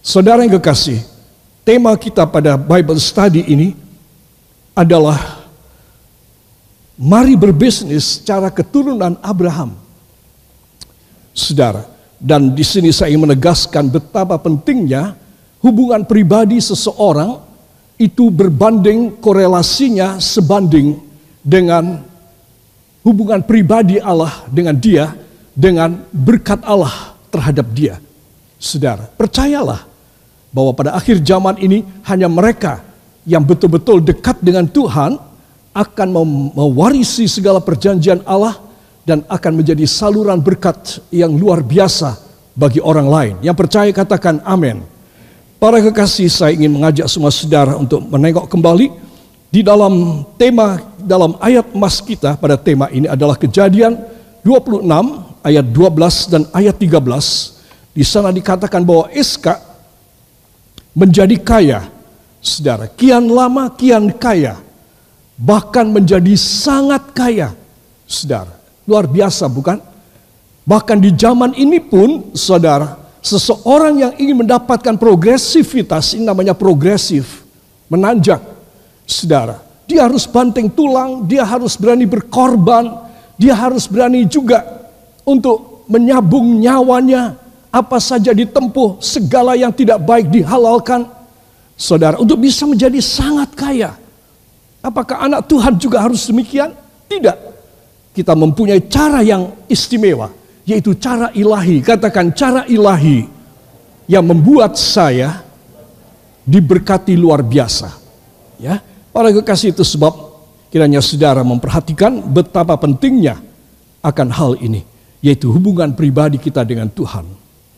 Saudara yang kekasih, tema kita pada Bible Study ini adalah mari berbisnis cara keturunan Abraham. Saudara, dan di sini saya ingin menegaskan betapa pentingnya hubungan pribadi seseorang itu berbanding, korelasinya sebanding dengan hubungan pribadi Allah dengan dia, dengan berkat Allah terhadap dia. Saudara, percayalah bahwa pada akhir zaman ini hanya mereka yang betul-betul dekat dengan Tuhan akan mewarisi segala perjanjian Allah dan akan menjadi saluran berkat yang luar biasa bagi orang lain. Yang percaya katakan amin. Para kekasih, saya ingin mengajak semua saudara untuk menengok kembali di dalam tema, dalam ayat emas kita pada tema ini adalah Kejadian 26 ayat 12 dan ayat 13. Di sana dikatakan bahwa Iska menjadi kaya, saudara, kian lama kian kaya, bahkan menjadi sangat kaya, saudara. Luar biasa bukan? Bahkan di zaman ini pun, saudara, seseorang yang ingin mendapatkan progresivitas, ini namanya progresif, menanjak, saudara. Dia harus banting tulang, dia harus berani berkorban, dia harus berani juga untuk menyabung nyawanya, apa saja ditempuh, segala yang tidak baik dihalalkan, saudara, untuk bisa menjadi sangat kaya. Apakah anak Tuhan juga harus demikian? Tidak. Kita mempunyai cara yang istimewa, yaitu cara ilahi. Katakan cara ilahi yang membuat saya diberkati luar biasa. Ya, para kekasih, itu sebab kiranya saudara memperhatikan betapa pentingnya akan hal ini, yaitu hubungan pribadi kita dengan Tuhan.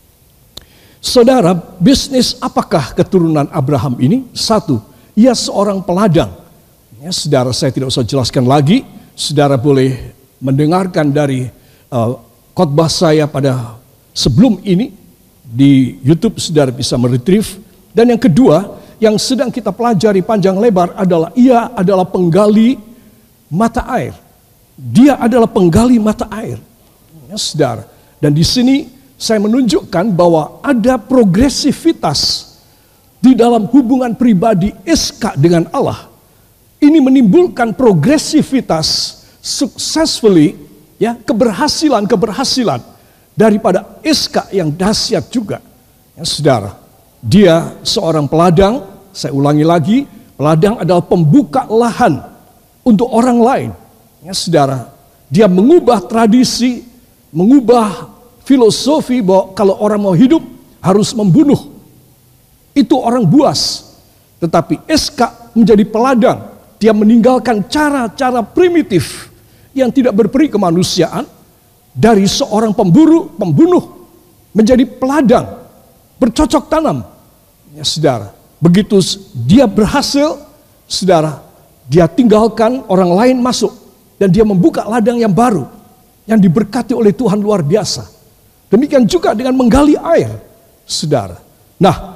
Saudara, bisnis apakah keturunan Abraham ini? Satu, ia seorang peladang. Ya, saudara, saya tidak usah jelaskan lagi. Saudara boleh mendengarkan dari khotbah saya pada sebelum ini di YouTube, saudara bisa meretrieve. Dan yang kedua, yang sedang kita pelajari panjang lebar adalah ia adalah penggali mata air. Dia adalah penggali mata air. Ya, saudara. Dan di sini saya menunjukkan bahwa ada progresivitas di dalam hubungan pribadi Iska dengan Allah. Ini menimbulkan progresivitas successfully, ya, keberhasilan daripada Iska yang dahsyat juga. Ya, saudara, dia seorang peladang. Saya ulangi lagi, peladang adalah pembuka lahan untuk orang lain. Ya, saudara, dia mengubah tradisi, mengubah filosofi bahwa kalau orang mau hidup harus membunuh. Itu orang buas. Tetapi Iska menjadi peladang. Dia meninggalkan cara-cara primitif yang tidak berperi kemanusiaan. Dari seorang pembunuh menjadi peladang, bercocok tanam. Ya, saudara, begitu dia berhasil, saudara, dia tinggalkan orang lain masuk. Dan dia membuka ladang yang baru, yang diberkati oleh Tuhan luar biasa. Demikian juga dengan menggali air, saudara. Nah,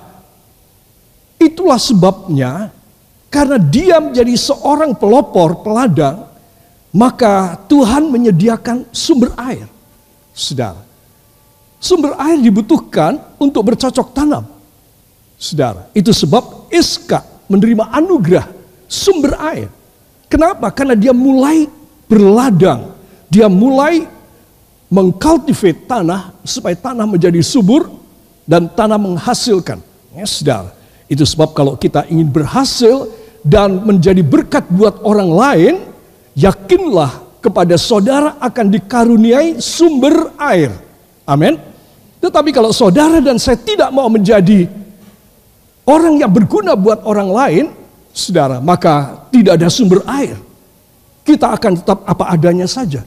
itulah sebabnya karena dia menjadi seorang pelopor, peladang, maka Tuhan menyediakan sumber air, saudara. Sumber air dibutuhkan untuk bercocok tanam, saudara. Itu sebab Iska menerima anugerah sumber air. Kenapa? Karena dia mulai berladang, dia mulai mengkultivate tanah supaya tanah menjadi subur dan tanah menghasilkan. Ya, saudara, itu sebab kalau kita ingin berhasil dan menjadi berkat buat orang lain, yakinlah kepada saudara akan dikaruniai sumber air. Amin. Tetapi kalau saudara dan saya tidak mau menjadi orang yang berguna buat orang lain, saudara, maka tidak ada sumber air. Kita akan tetap apa adanya saja.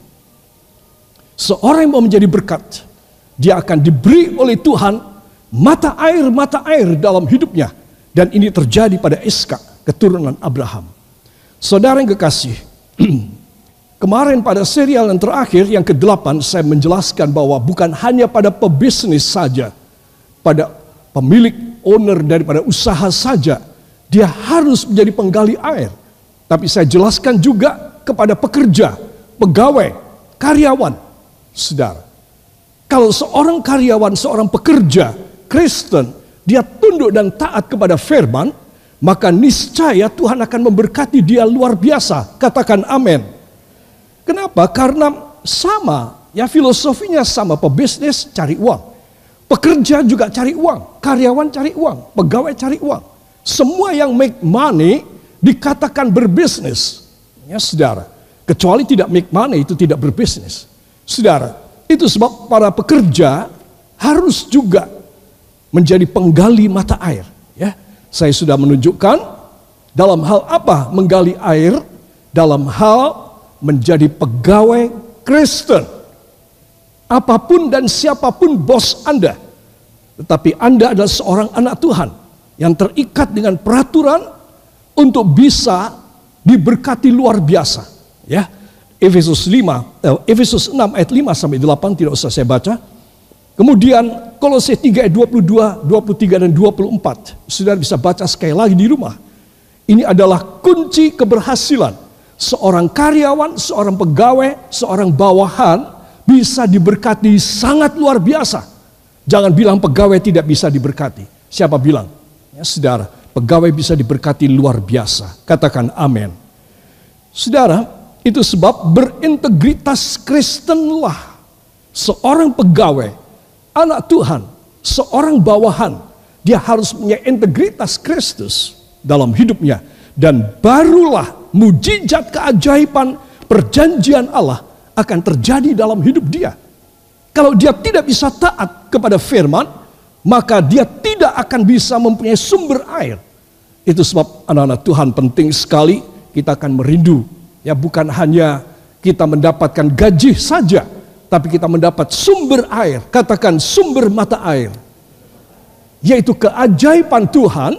Seorang yang mau menjadi berkat, dia akan diberi oleh Tuhan mata air dalam hidupnya. Dan ini terjadi pada Iska, keturunan Abraham. Saudara yang kekasih, kemarin pada serial yang terakhir, yang ke-8, saya menjelaskan bahwa bukan hanya pada pebisnis saja, pada pemilik, owner daripada usaha saja, dia harus menjadi penggali air. Tapi saya jelaskan juga kepada pekerja, pegawai, karyawan. Saudara, kalau seorang karyawan, seorang pekerja Kristen, dia tunduk dan taat kepada firman, maka niscaya Tuhan akan memberkati dia luar biasa. Katakan amin. Kenapa? Karena sama, ya filosofinya sama. Pebisnis cari uang, pekerja juga cari uang, karyawan cari uang, pegawai cari uang. Semua yang make money dikatakan berbisnis. Ya saudara, kecuali tidak make money itu tidak berbisnis. Saudara, itu sebab para pekerja harus juga menjadi penggali mata air. Ya, saya sudah menunjukkan dalam hal apa menggali air, dalam hal menjadi pegawai Kristen. Apapun dan siapapun bos Anda, tetapi Anda adalah seorang anak Tuhan yang terikat dengan peraturan untuk bisa diberkati luar biasa. Ya, Efesus 6 ayat 5 sampai 8 tidak usah saya baca. Kemudian Kolose 3 ayat 22, 23 dan 24. Saudara bisa baca sekali lagi di rumah. Ini adalah kunci keberhasilan. Seorang karyawan, seorang pegawai, seorang bawahan bisa diberkati sangat luar biasa. Jangan bilang pegawai tidak bisa diberkati. Siapa bilang? Ya saudara, pegawai bisa diberkati luar biasa. Katakan amin. Saudara, itu sebab berintegritas Kristenlah seorang pegawai, anak Tuhan, seorang bawahan, dia harus punya integritas Kristus dalam hidupnya. Dan barulah mujizat keajaiban perjanjian Allah akan terjadi dalam hidup dia. Kalau dia tidak bisa taat kepada firman, maka dia tidak akan bisa mempunyai sumber air. Itu sebab anak-anak Tuhan penting sekali kita akan merindu. Ya, bukan hanya kita mendapatkan gaji saja, tapi kita mendapat sumber air. Katakan sumber mata air. Yaitu keajaiban Tuhan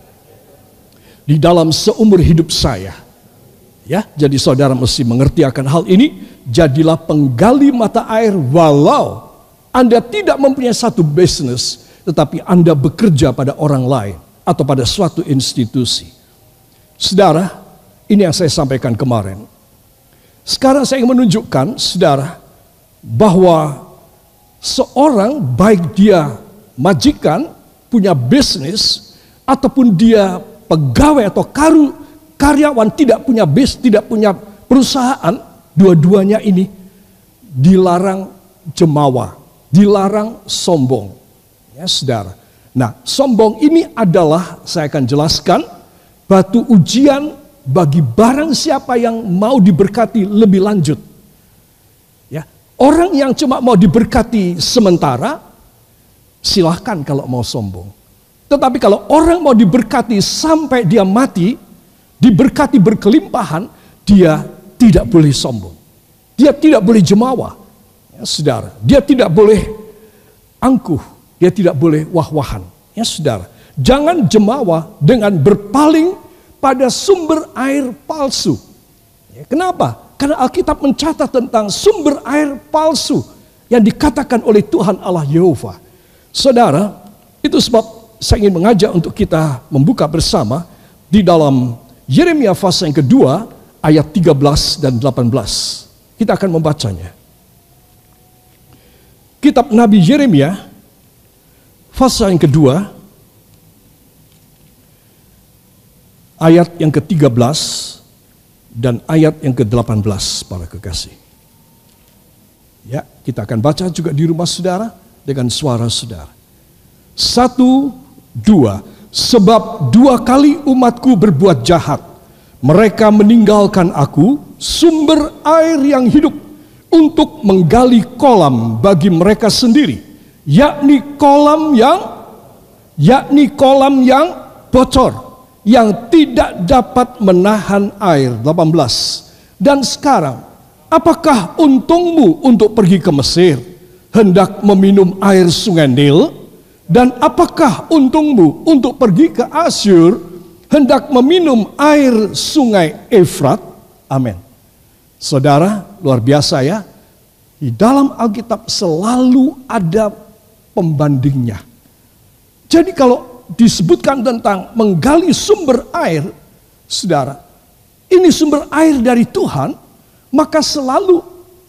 di dalam seumur hidup saya. Ya, jadi saudara mesti mengerti akan hal ini. Jadilah penggali mata air walau Anda tidak mempunyai satu bisnis, tetapi Anda bekerja pada orang lain atau pada suatu institusi. Saudara, ini yang saya sampaikan kemarin. Sekarang saya ingin menunjukkan, saudara, bahwa seorang baik dia majikan, punya bisnis, ataupun dia pegawai atau karyawan tidak punya perusahaan, dua-duanya ini dilarang jemawa, dilarang sombong. Ya saudara. Nah, sombong ini adalah, saya akan jelaskan, batu ujian bagi barang siapa yang mau diberkati lebih lanjut. Orang yang cuma mau diberkati sementara, silahkan kalau mau sombong. Tetapi kalau orang mau diberkati sampai dia mati, diberkati berkelimpahan, dia tidak boleh sombong. Dia tidak boleh jemawa. Ya, saudara, dia tidak boleh angkuh, dia tidak boleh wah-wahan. Ya saudara, jangan jemawa dengan berpaling pada sumber air palsu. Ya, kenapa? Karena Alkitab mencatat tentang sumber air palsu yang dikatakan oleh Tuhan Allah Yehova. Saudara, itu sebab saya ingin mengajak untuk kita membuka bersama di dalam Yeremia pasal yang kedua ayat 13 dan 18. Kita akan membacanya. Kitab Nabi Yeremia pasal yang kedua ayat yang ke-13 dan ayat yang ke-18, para kekasih. Ya, kita akan baca juga di rumah saudara dengan suara saudara. 1, 2. Sebab 2 kali umatku berbuat jahat. Mereka meninggalkan aku, sumber air yang hidup, untuk menggali kolam bagi mereka sendiri, yakni kolam yang bocor, yang tidak dapat menahan air. 18. Dan sekarang, apakah untungmu untuk pergi ke Mesir, hendak meminum air sungai Nil? Dan apakah untungmu untuk pergi ke Asyur, hendak meminum air sungai Efrat? Amin. Saudara, luar biasa ya. Di dalam Alkitab selalu ada pembandingnya. Jadi kalau disebutkan tentang menggali sumber air, saudara, ini sumber air dari Tuhan, maka selalu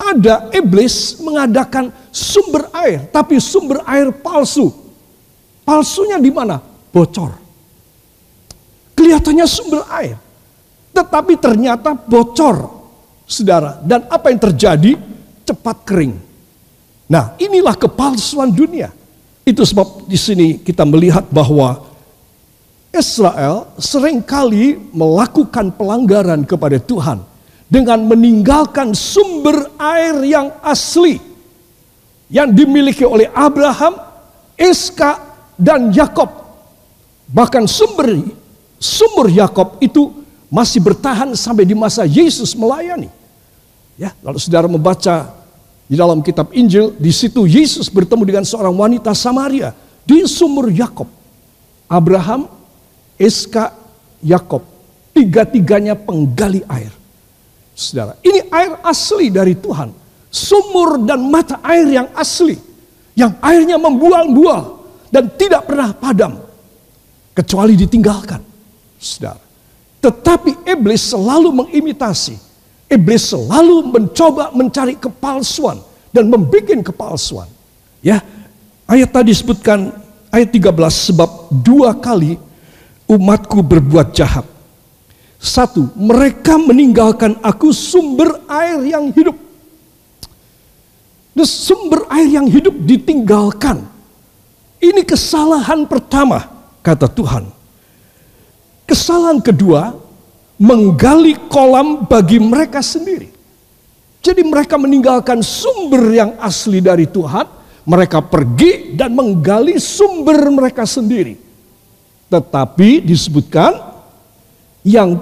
ada iblis mengadakan sumber air, tapi sumber air palsu. Palsunya di mana? Bocor. Kelihatannya sumber air, tetapi ternyata bocor, saudara. Dan apa yang terjadi? Cepat kering. Nah, inilah kepalsuan dunia. Itu sebab di sini kita melihat bahwa Israel seringkali melakukan pelanggaran kepada Tuhan dengan meninggalkan sumber air yang asli yang dimiliki oleh Abraham, Ishak, dan Yakob. Bahkan sumber Yakob itu masih bertahan sampai di masa Yesus melayani. Ya, kalau saudara membaca di dalam kitab Injil, di situ Yesus bertemu dengan seorang wanita Samaria di sumur Yakob. Abraham, Ishak, Yakob, tiga-tiganya penggali air. Saudara, ini air asli dari Tuhan. Sumur dan mata air yang asli, yang airnya membual-bual dan tidak pernah padam kecuali ditinggalkan, saudara. Tetapi iblis selalu mengimitasi. Iblis selalu mencoba mencari kepalsuan dan membuat kepalsuan. Ya, ayat tadi disebutkan ayat 13, sebab 2 kali umatku berbuat jahat. 1, mereka meninggalkan aku sumber air yang hidup. Dan sumber air yang hidup ditinggalkan. Ini kesalahan pertama, kata Tuhan. Kesalahan kedua, menggali kolam bagi mereka sendiri. Jadi mereka meninggalkan sumber yang asli dari Tuhan, mereka pergi dan menggali sumber mereka sendiri. Tetapi disebutkan yang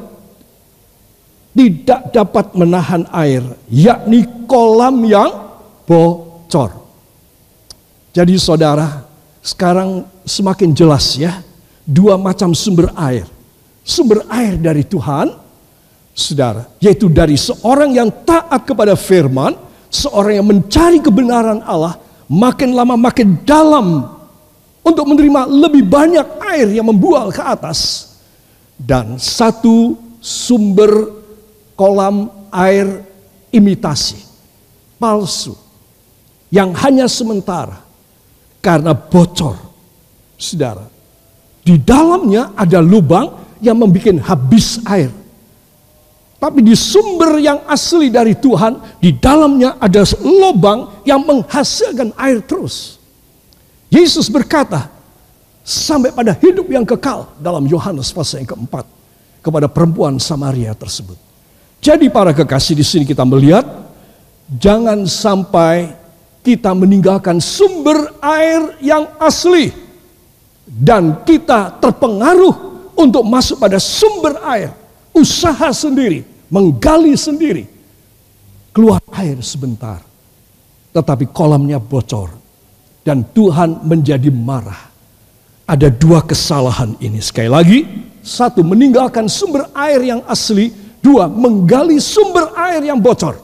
tidak dapat menahan air, yakni kolam yang bocor. Jadi saudara, sekarang semakin jelas ya, 2 macam sumber air. Sumber air dari Tuhan, saudara, yaitu dari seorang yang taat kepada firman, seorang yang mencari kebenaran Allah, makin lama makin dalam untuk menerima lebih banyak air yang membual ke atas. Dan 1 sumber kolam air imitasi, palsu, yang hanya sementara karena bocor. Saudara, di dalamnya ada lubang yang membuat habis air. Tapi di sumber yang asli dari Tuhan, di dalamnya ada lubang yang menghasilkan air terus. Yesus berkata, sampai pada hidup yang kekal dalam Yohanes pasal yang keempat kepada perempuan Samaria tersebut. Jadi para kekasih, di sini kita melihat jangan sampai kita meninggalkan sumber air yang asli dan kita terpengaruh untuk masuk pada sumber air, usaha sendiri, menggali sendiri, keluar air sebentar, tetapi kolamnya bocor dan Tuhan menjadi marah. Ada 2 kesalahan ini. Sekali lagi, 1 meninggalkan sumber air yang asli, 2 menggali sumber air yang bocor.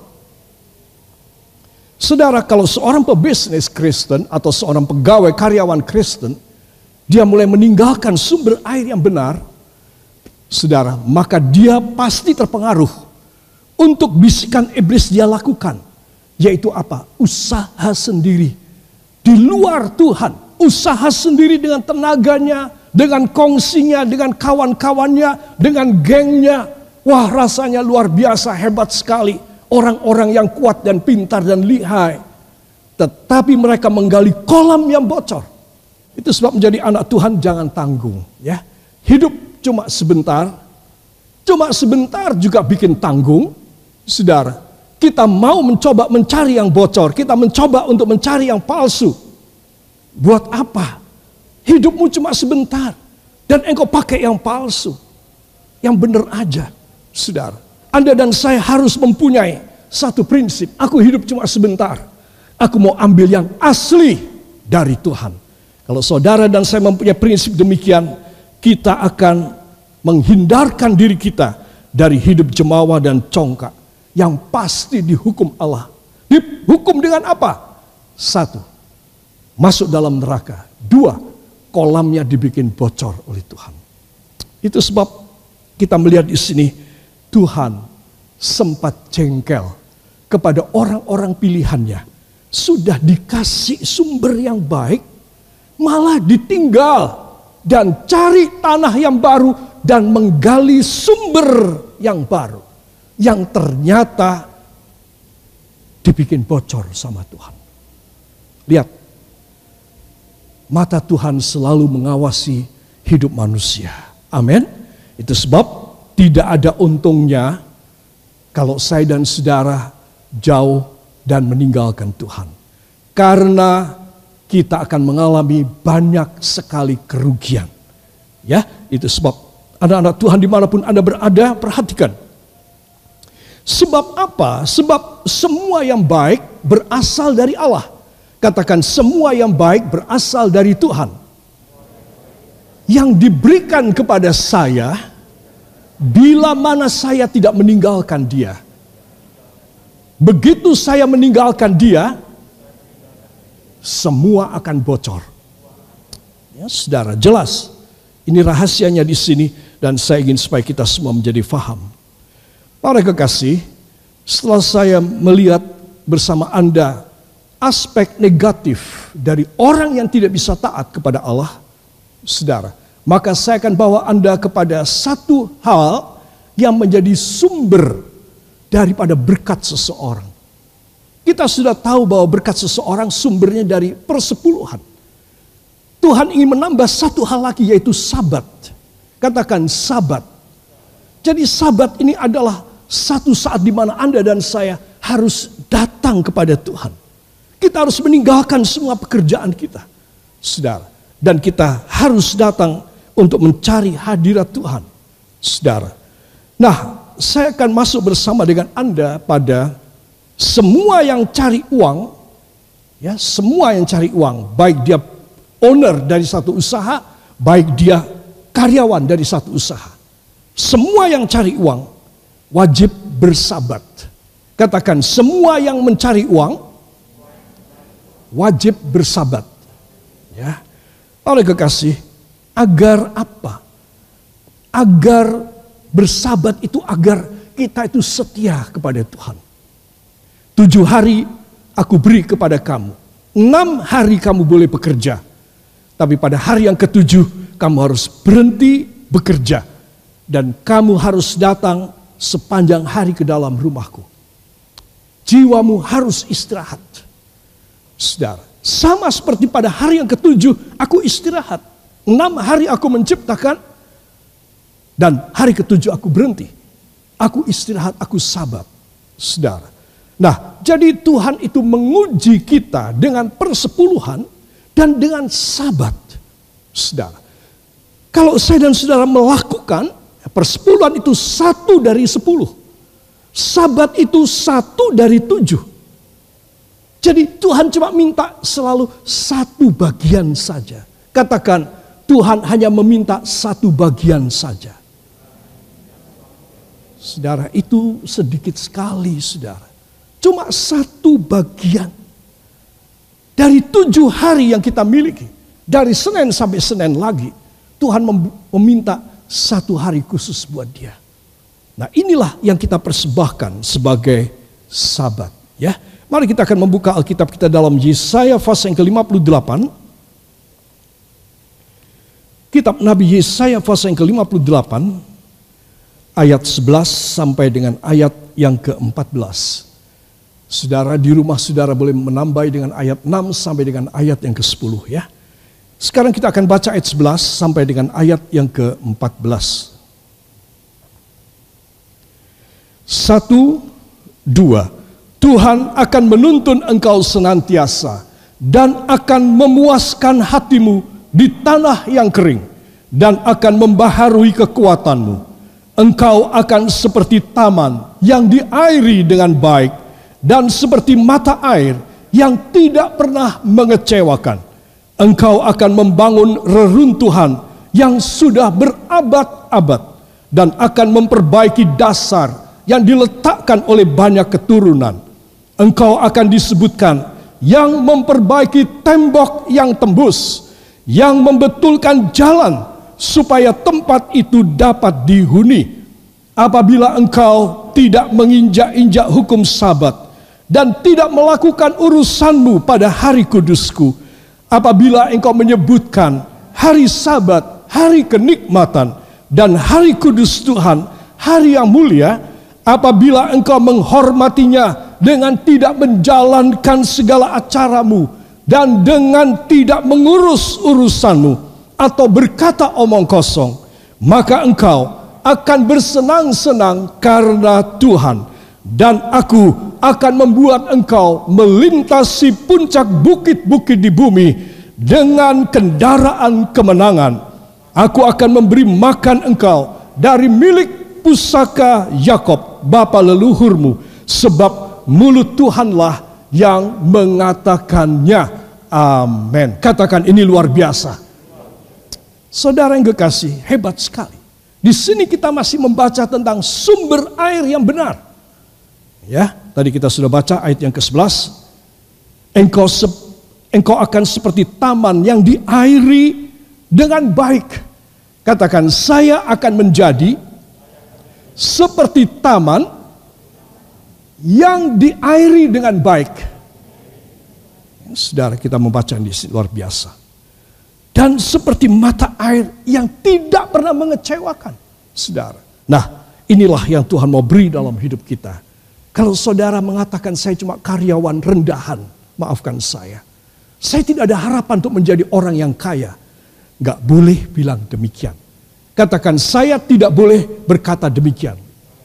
Saudara, kalau seorang pebisnis Kristen atau seorang pegawai karyawan Kristen, dia mulai meninggalkan sumber air yang benar, saudara, maka dia pasti terpengaruh untuk bisikan iblis dia lakukan, yaitu apa? Usaha sendiri di luar Tuhan, usaha sendiri dengan tenaganya, dengan kongsinya, dengan kawan-kawannya, dengan gengnya. Wah, rasanya luar biasa, hebat sekali. Orang-orang yang kuat dan pintar dan lihai. Tetapi mereka menggali kolam yang bocor. Itu sebab menjadi anak Tuhan jangan tanggung. Ya, hidup cuma sebentar juga bikin tanggung. Saudara, kita mau mencoba mencari yang bocor, kita mencoba untuk mencari yang palsu. Buat apa? Hidupmu cuma sebentar dan engkau pakai yang palsu. Yang benar aja, saudara. Anda dan saya harus mempunyai satu prinsip. Aku hidup cuma sebentar. Aku mau ambil yang asli dari Tuhan. Kalau saudara dan saya mempunyai prinsip demikian, kita akan menghindarkan diri kita dari hidup jemawa dan congkak yang pasti dihukum Allah. Dihukum dengan apa? 1, masuk dalam neraka. 2, kolamnya dibikin bocor oleh Tuhan. Itu sebab kita melihat di sini Tuhan sempat jengkel kepada orang-orang pilihannya. Sudah dikasih sumber yang baik, malah ditinggal dan cari tanah yang baru dan menggali sumber yang baru yang ternyata dibikin bocor sama Tuhan. Lihat, mata Tuhan selalu mengawasi hidup manusia. Amin. Itu sebab tidak ada untungnya kalau saya dan saudara jauh dan meninggalkan Tuhan. Karena kita akan mengalami banyak sekali kerugian. Ya, itu sebab anak-anak Tuhan dimanapun Anda berada, perhatikan. Sebab apa? Sebab semua yang baik berasal dari Allah. Katakan, semua yang baik berasal dari Tuhan. Yang diberikan kepada saya, bila mana saya tidak meninggalkan Dia. Begitu saya meninggalkan Dia, semua akan bocor. Ya, saudara, jelas. Ini rahasianya di sini dan saya ingin supaya kita semua menjadi faham. Para kekasih, setelah saya melihat bersama Anda aspek negatif dari orang yang tidak bisa taat kepada Allah, saudara, maka saya akan bawa Anda kepada satu hal yang menjadi sumber daripada berkat seseorang. Kita sudah tahu bahwa berkat seseorang sumbernya dari persepuluhan. Tuhan ingin menambah satu hal lagi, yaitu Sabat. Katakan Sabat. Jadi Sabat ini adalah satu saat di mana Anda dan saya harus datang kepada Tuhan. Kita harus meninggalkan semua pekerjaan kita, saudara. Dan kita harus datang untuk mencari hadirat Tuhan, saudara. Nah, saya akan masuk bersama dengan Anda pada semua yang cari uang, ya, semua yang cari uang, baik dia owner dari satu usaha, baik dia karyawan dari satu usaha. Semua yang cari uang wajib bersabat. Katakan, semua yang mencari uang wajib bersabat. Ya. Oleh kekasih, agar apa? Agar bersabat itu agar kita itu setia kepada Tuhan. 7 hari aku beri kepada kamu. 6 hari kamu boleh bekerja. Tapi pada hari yang ke-7 kamu harus berhenti bekerja. Dan kamu harus datang sepanjang hari ke dalam rumahku. Jiwamu harus istirahat. Saudara, sama seperti pada hari yang ke-7 aku istirahat. 6 hari aku menciptakan dan hari ke-7 aku berhenti. Aku istirahat, aku sabat. Saudara. Nah, jadi Tuhan itu menguji kita dengan persepuluhan dan dengan sabat. Saudara. Kalau saya dan saudara melakukan persepuluhan itu 1 dari 10. Sabat itu 1 dari 7. Jadi Tuhan cuma minta selalu 1 bagian saja. Katakan, Tuhan hanya meminta 1 bagian saja. Saudara, itu sedikit sekali, saudara. Cuma 1 bagian. Dari 7 hari yang kita miliki. Dari Senin sampai Senin lagi. Tuhan meminta 1 hari khusus buat dia. Nah, inilah yang kita persembahkan sebagai sabat. Ya, mari kita akan membuka Alkitab kita dalam Yesaya pasal yang ke-58. Kitab Nabi Yesaya pasal yang ke-58. Ayat 11 sampai dengan ayat yang ke-14. Saudara di rumah saudara boleh menambah dengan ayat 6 sampai dengan ayat yang ke-10 ya. Sekarang kita akan baca ayat 11 sampai dengan ayat yang ke-14. 1, 2. Tuhan akan menuntun engkau senantiasa dan akan memuaskan hatimu di tanah yang kering dan akan membaharui kekuatanmu. Engkau akan seperti taman yang diairi dengan baik dan seperti mata air yang tidak pernah mengecewakan. Engkau akan membangun reruntuhan yang sudah berabad-abad dan akan memperbaiki dasar yang diletakkan oleh banyak keturunan. Engkau akan disebutkan yang memperbaiki tembok yang tembus, yang membetulkan jalan supaya tempat itu dapat dihuni. Apabila engkau tidak menginjak-injak hukum Sabat dan tidak melakukan urusanmu pada hari kudusku, apabila engkau menyebutkan hari Sabat, hari kenikmatan, dan hari kudus Tuhan, hari yang mulia, apabila engkau menghormatinya dengan tidak menjalankan segala acaramu dan dengan tidak mengurus urusanmu atau berkata omong kosong, maka engkau akan bersenang-senang karena Tuhan, dan aku akan membuat engkau melintasi puncak bukit-bukit di bumi dengan kendaraan kemenangan. Aku akan memberi makan engkau dari milik pusaka Yakob, bapa leluhurmu, sebab mulut Tuhanlah yang mengatakannya. Amin. Katakan, ini luar biasa. Saudara yang kekasih, hebat sekali. Di sini kita masih membaca tentang sumber air yang benar. Ya, tadi kita sudah baca ayat yang ke-11. Engkau akan seperti taman yang diairi dengan baik. Katakan, saya akan menjadi seperti taman yang diairi dengan baik. Saudara, kita membaca di sini luar biasa. Dan seperti mata air yang tidak pernah mengecewakan. Saudara, nah inilah yang Tuhan mau beri dalam hidup kita. Kalau saudara mengatakan saya cuma karyawan rendahan, maafkan saya. Saya tidak ada harapan untuk menjadi orang yang kaya. Gak boleh bilang demikian. Katakan, saya tidak boleh berkata demikian.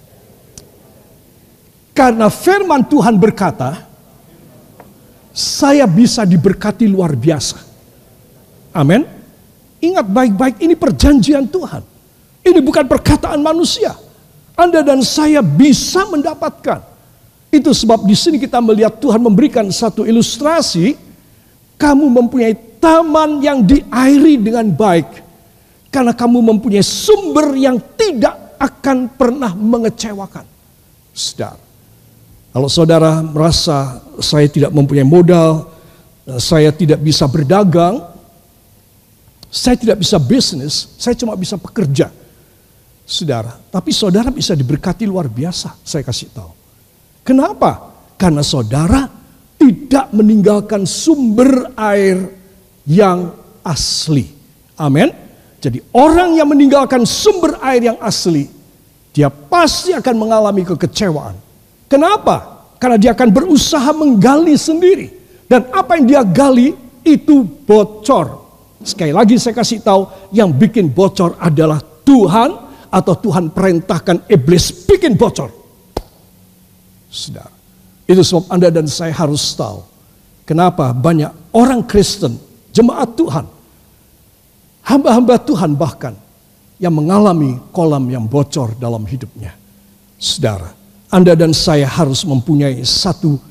Karena firman Tuhan berkata, saya bisa diberkati luar biasa. Amin. Ingat baik-baik, ini perjanjian Tuhan. Ini bukan perkataan manusia. Anda dan saya bisa mendapatkan. Itu sebab di sini kita melihat Tuhan memberikan satu ilustrasi. Kamu mempunyai taman yang diairi dengan baik. Karena kamu mempunyai sumber yang tidak akan pernah mengecewakan. Saudara, kalau saudara merasa saya tidak mempunyai modal, saya tidak bisa berdagang, saya tidak bisa bisnis, saya cuma bisa pekerja. Saudara, tapi saudara bisa diberkati luar biasa, saya kasih tahu. Kenapa? Karena saudara tidak meninggalkan sumber air yang asli. Amin. Jadi orang yang meninggalkan sumber air yang asli, dia pasti akan mengalami kekecewaan. Kenapa? Karena dia akan berusaha menggali sendiri. Dan apa yang dia gali itu bocor. Sekali lagi saya kasih tahu, yang bikin bocor adalah Tuhan, atau Tuhan perintahkan iblis bikin bocor. Saudara, itu sebab Anda dan saya harus tahu kenapa banyak orang Kristen, jemaat Tuhan, hamba-hamba Tuhan bahkan, yang mengalami kolam yang bocor dalam hidupnya. Saudara, Anda dan saya harus mempunyai satu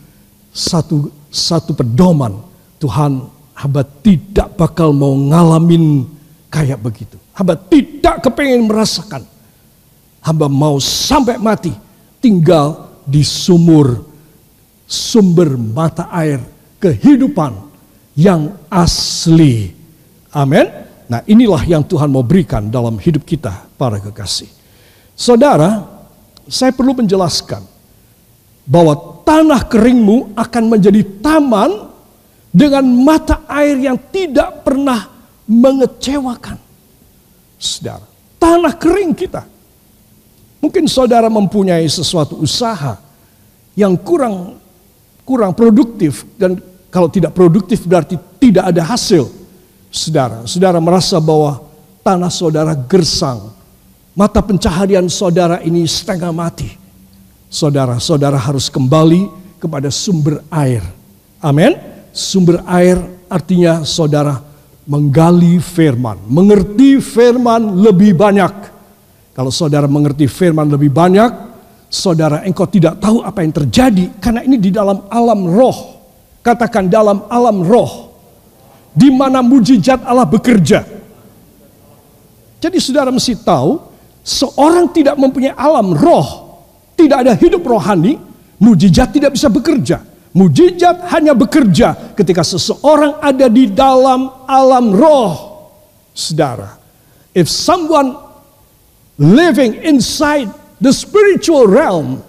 pedoman. Tuhan, hamba tidak bakal mau ngalamin kayak begitu. Hamba tidak kepengen merasakan. Hamba mau sampai mati tinggal di sumber mata air kehidupan yang asli. Amin. Nah, inilah yang Tuhan mau berikan dalam hidup kita, para kekasih. Saudara, saya perlu menjelaskan bahwa tanah keringmu akan menjadi taman dengan mata air yang tidak pernah mengecewakan. Saudara, tanah kering kita. Mungkin saudara mempunyai sesuatu usaha yang kurang produktif, dan kalau tidak produktif berarti tidak ada hasil. Saudara merasa bahwa tanah saudara gersang, mata pencaharian saudara ini setengah mati. Saudara harus kembali kepada sumber air. Amin. Sumber air artinya saudara menggali firman, mengerti firman lebih banyak. Kalau saudara mengerti firman lebih banyak, saudara, engkau tidak tahu apa yang terjadi, karena ini di dalam alam roh. Katakan, dalam alam roh, di mana mujizat Allah bekerja. Jadi saudara mesti tahu, seorang tidak mempunyai alam roh, tidak ada hidup rohani, mujizat tidak bisa bekerja. Mujizat hanya bekerja ketika seseorang ada di dalam alam roh. Saudara, if someone living inside the spiritual realm,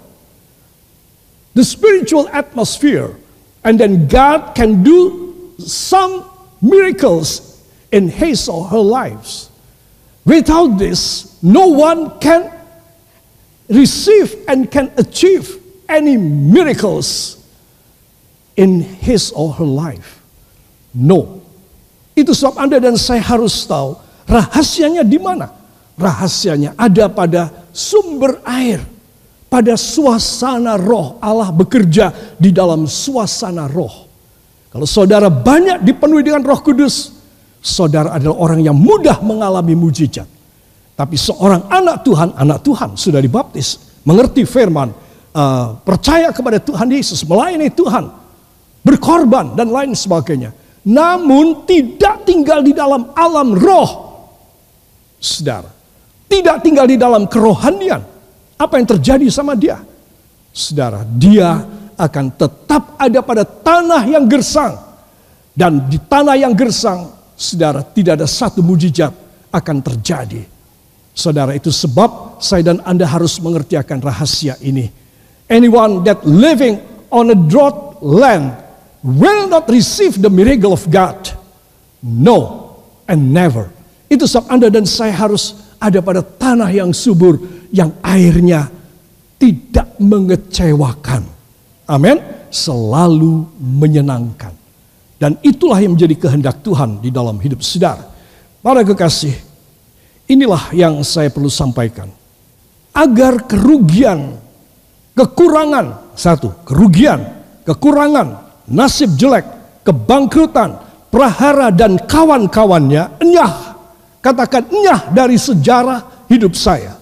the spiritual atmosphere, and then God can do some miracles in his or her lives. Without this, no one can receive and can achieve any miracles in his or her life. No. Itu sebab Anda dan saya harus tahu rahasianya di mana. Rahasianya ada pada sumber air. Pada suasana roh. Allah bekerja di dalam suasana roh. Kalau saudara banyak dipenuhi dengan Roh Kudus, saudara adalah orang yang mudah mengalami mujizat. Tapi seorang anak Tuhan sudah dibaptis, mengerti firman, percaya kepada Tuhan Yesus, melayani Tuhan, berkorban dan lain sebagainya. Namun tidak tinggal di dalam alam roh, saudara. Tidak tinggal di dalam kerohanian. Apa yang terjadi sama dia? Saudara, dia akan tetap ada pada tanah yang gersang. Dan di tanah yang gersang, saudara, tidak ada satu mujizat akan terjadi. Saudara, itu sebab saya dan Anda harus mengerti akan rahasia ini. Anyone that living on a dry land will not receive the miracle of God. No, and never. Itu sebab Anda dan saya harus ada pada tanah yang subur, yang airnya tidak mengecewakan. Amin. Selalu menyenangkan. Dan itulah yang menjadi kehendak Tuhan di dalam hidup saudara. Para kekasih, inilah yang saya perlu sampaikan. Agar kerugian, kekurangan, kerugian, kekurangan, nasib jelek, kebangkrutan, prahara dan kawan-kawannya enyah. Katakan enyah dari sejarah hidup saya.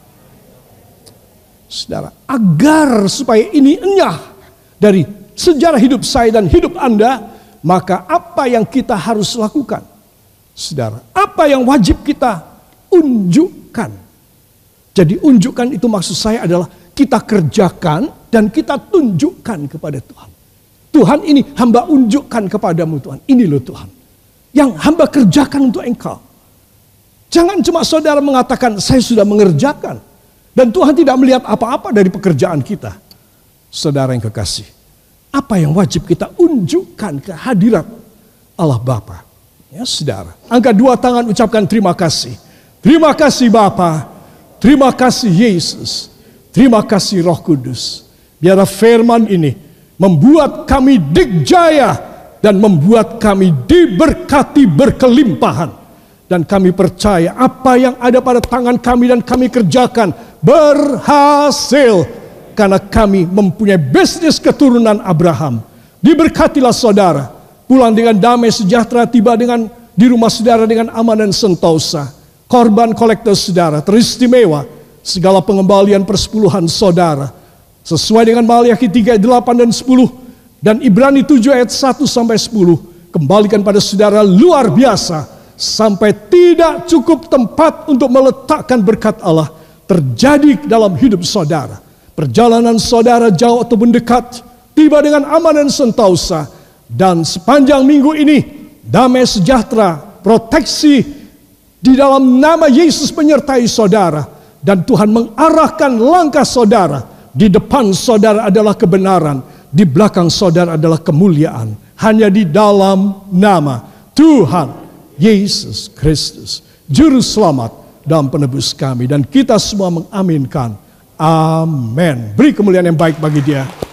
Saudara, agar supaya ini enyah dari sejarah hidup saya dan hidup Anda, maka apa yang kita harus lakukan? Saudara, apa yang wajib kita unjukkan? Jadi unjukkan itu maksud saya adalah kita kerjakan dan kita tunjukkan kepada Tuhan. Tuhan, ini hamba unjukkan kepadamu Tuhan. Ini loh Tuhan, yang hamba kerjakan untuk engkau. Jangan cuma saudara mengatakan saya sudah mengerjakan. Dan Tuhan tidak melihat apa-apa dari pekerjaan kita. Saudara yang kekasih, apa yang wajib kita unjukkan ke hadirat Allah Bapa? Ya saudara, angkat dua tangan, ucapkan terima kasih. Terima kasih Bapa, terima kasih Yesus, terima kasih Roh Kudus. Biar firman ini membuat kami dikjaya dan membuat kami diberkati berkelimpahan. Dan kami percaya apa yang ada pada tangan kami dan kami kerjakan berhasil. Karena kami mempunyai bisnis keturunan Abraham. Diberkatilah saudara. Pulang dengan damai sejahtera, tiba dengan di rumah saudara dengan aman dan sentosa. Korban kolektor saudara teristimewa. Segala pengembalian persepuluhan saudara. Sesuai dengan Maliaki 3 ayat 8 dan 10. Dan Ibrani 7 ayat 1 sampai 10. Kembalikan pada saudara luar biasa. Sampai tidak cukup tempat untuk meletakkan berkat Allah terjadi dalam hidup saudara. Perjalanan saudara jauh ataupun dekat, tiba dengan aman dan sentosa. Dan sepanjang minggu ini, damai sejahtera, proteksi di dalam nama Yesus menyertai saudara. Dan Tuhan mengarahkan langkah saudara. Di depan saudara adalah kebenaran, di belakang saudara adalah kemuliaan. Hanya di dalam nama Tuhan Yesus Kristus, Juru Selamat dan Penebus kami. Dan kita semua mengaminkan. Amin. Beri kemuliaan yang baik bagi Dia.